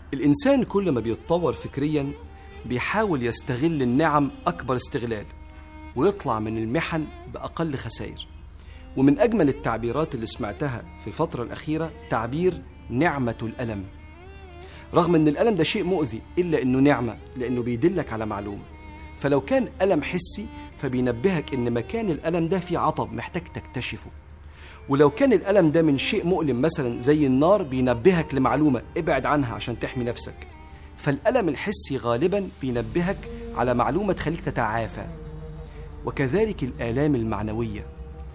الإنسان كل ما بيتطور فكريا بيحاول يستغل النعم أكبر استغلال ويطلع من المحن بأقل خسائر. ومن أجمل التعبيرات اللي سمعتها في الفترة الأخيرة تعبير نعمة الألم. رغم أن الألم ده شيء مؤذي إلا أنه نعمة، لأنه بيدلك على معلومة. فلو كان ألم حسي فبينبهك أن مكان الألم ده فيه عطب محتاج تكتشفه، ولو كان الألم ده من شيء مؤلم مثلا زي النار بينبهك لمعلومة ابعد عنها عشان تحمي نفسك. فالألم الحسي غالبا بينبهك على معلومة تخليك تتعافى. وكذلك الآلام المعنوية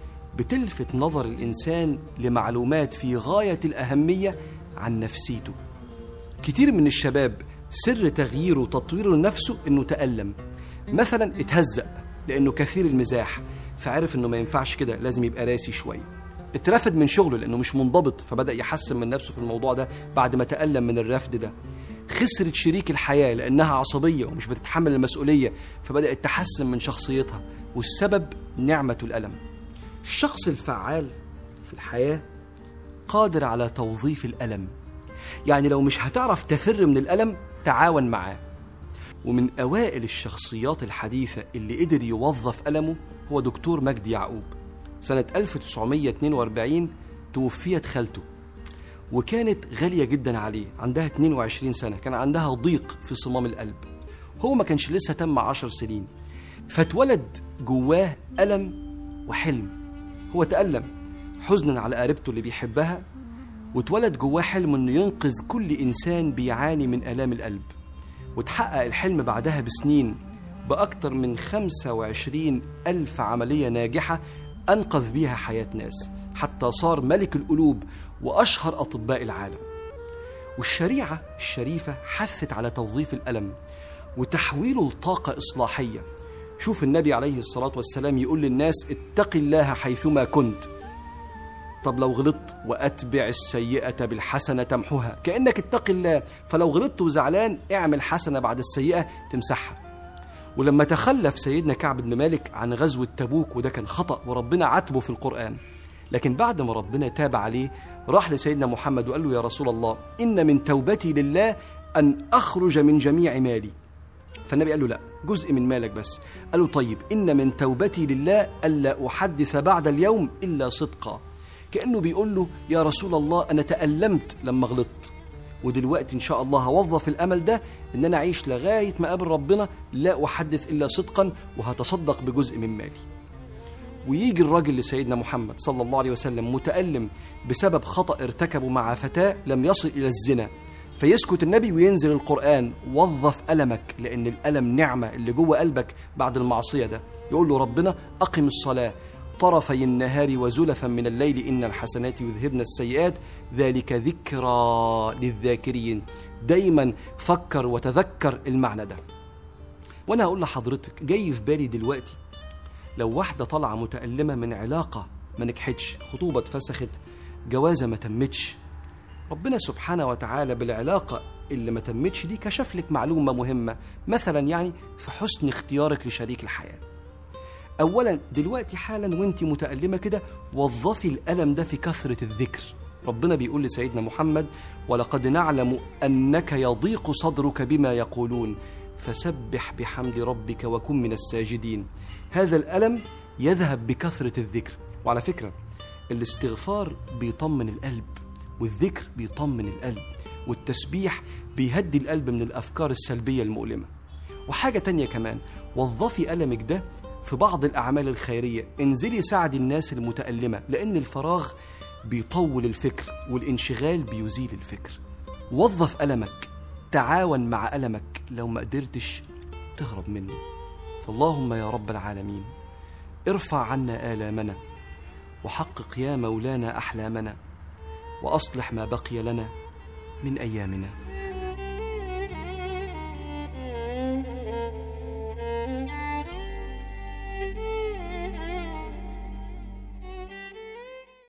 بتلفت نظر الإنسان لمعلومات في غاية الأهمية عن نفسيته. كتير من الشباب سر تغييره وتطويره لنفسه إنه تألم، مثلا اتهزق لأنه كثير المزاح فعرف إنه ما ينفعش كده، لازم يبقى راسي شوية. اترفد من شغله لأنه مش منضبط فبدأ يحسن من نفسه في الموضوع ده بعد ما تألم من الرفض ده. خسرت شريك الحياة لأنها عصبية ومش بتتحمل المسؤولية فبدأت تحسن من شخصيتها، والسبب نعمة الألم. الشخص الفعال في الحياة قادر على توظيف الألم، يعني لو مش هتعرف تفر من الألم تعاون معاه. ومن أوائل الشخصيات الحديثة اللي قدر يوظف ألمه هو دكتور مجدي يعقوب. سنة 1942 توفيت خالته وكانت غالية جدا عليه، عندها 22 سنة، كان عندها ضيق في صمام القلب. هو ما كانش لسه تم 10 سنين، فاتولد جواه ألم وحلم. هو تألم حزنا على قريبته اللي بيحبها، واتولد جواه حلم انه ينقذ كل إنسان بيعاني من آلام القلب. وتحقق الحلم بعدها بسنين بأكتر من 25 ألف عملية ناجحة أنقذ بيها حياة ناس، حتى صار ملك القلوب وأشهر أطباء العالم. والشريعة الشريفة حثت على توظيف الألم وتحويله لطاقة إصلاحية. شوف النبي عليه الصلاة والسلام يقول للناس اتق الله حيثما كنت. طب لو غلطت وأتبع السيئة بالحسنة تمحها، كأنك اتق الله، فلو غلطت وزعلان اعمل حسنة بعد السيئة تمسحها. ولما تخلف سيدنا كعب بن مالك عن غزوة تبوك وده كان خطأ وربنا عاتبه في القرآن، لكن بعد ما ربنا تاب عليه راح لسيدنا محمد وقال له يا رسول الله إن من توبتي لله أن أخرج من جميع مالي. فالنبي قال له لا، جزء من مالك بس. قال له طيب إن من توبتي لله ألا أحدث بعد اليوم إلا صدقا. كأنه بيقول له يا رسول الله أنا تألمت لما غلطت، ودلوقتي إن شاء الله هوظف الأمل ده إن أنا أعيش لغاية ما قابل ربنا لا أحدث إلا صدقا، وهتصدق بجزء من مالي. ويجي الراجل لسيدنا محمد صلى الله عليه وسلم متألم بسبب خطأ ارتكبه مع فتاة لم يصل إلى الزنا، فيسكت النبي وينزل القرآن وظف ألمك، لأن الألم نعمة اللي جوه قلبك بعد المعصية ده. يقول له ربنا أقم الصلاة طرفي النهار وزلفا من الليل إن الحسنات يذهبن السيئات ذلك ذكرى للذاكرين. دايما فكر وتذكر المعنى ده. وأنا هقول لحضرتك جاي في بالي دلوقتي لو واحدة طالعة متألمة من علاقة ما نجحتش، خطوبة اتفسخت، جوازة ما تمتش، ربنا سبحانه وتعالى بالعلاقة اللي ما تمتش دي كشف لك معلومة مهمة، مثلا يعني في حسن اختيارك لشريك الحياة. أولا دلوقتي حالا وانت متألمة كده وظفي الألم ده في كثرة الذكر. ربنا بيقول لسيدنا محمد ولقد نعلم أنك يضيق صدرك بما يقولون فسبح بحمد ربك وكن من الساجدين. هذا الألم يذهب بكثرة الذكر. وعلى فكرة الاستغفار بيطمن القلب، والذكر بيطمن القلب، والتسبيح بيهدي القلب من الأفكار السلبية المؤلمة. وحاجة تانية كمان، وظفي ألمك ده في بعض الأعمال الخيرية. انزلي ساعدي الناس المتألمة، لأن الفراغ بيطول الفكر والانشغال بيزيل الفكر. وظف ألمك، تعاون مع ألمك، لو ما قدرتش تهرب منه. فاللهم يا رب العالمين ارفع عنا آلامنا، وحقق يا مولانا أحلامنا، وأصلح ما بقي لنا من أيامنا.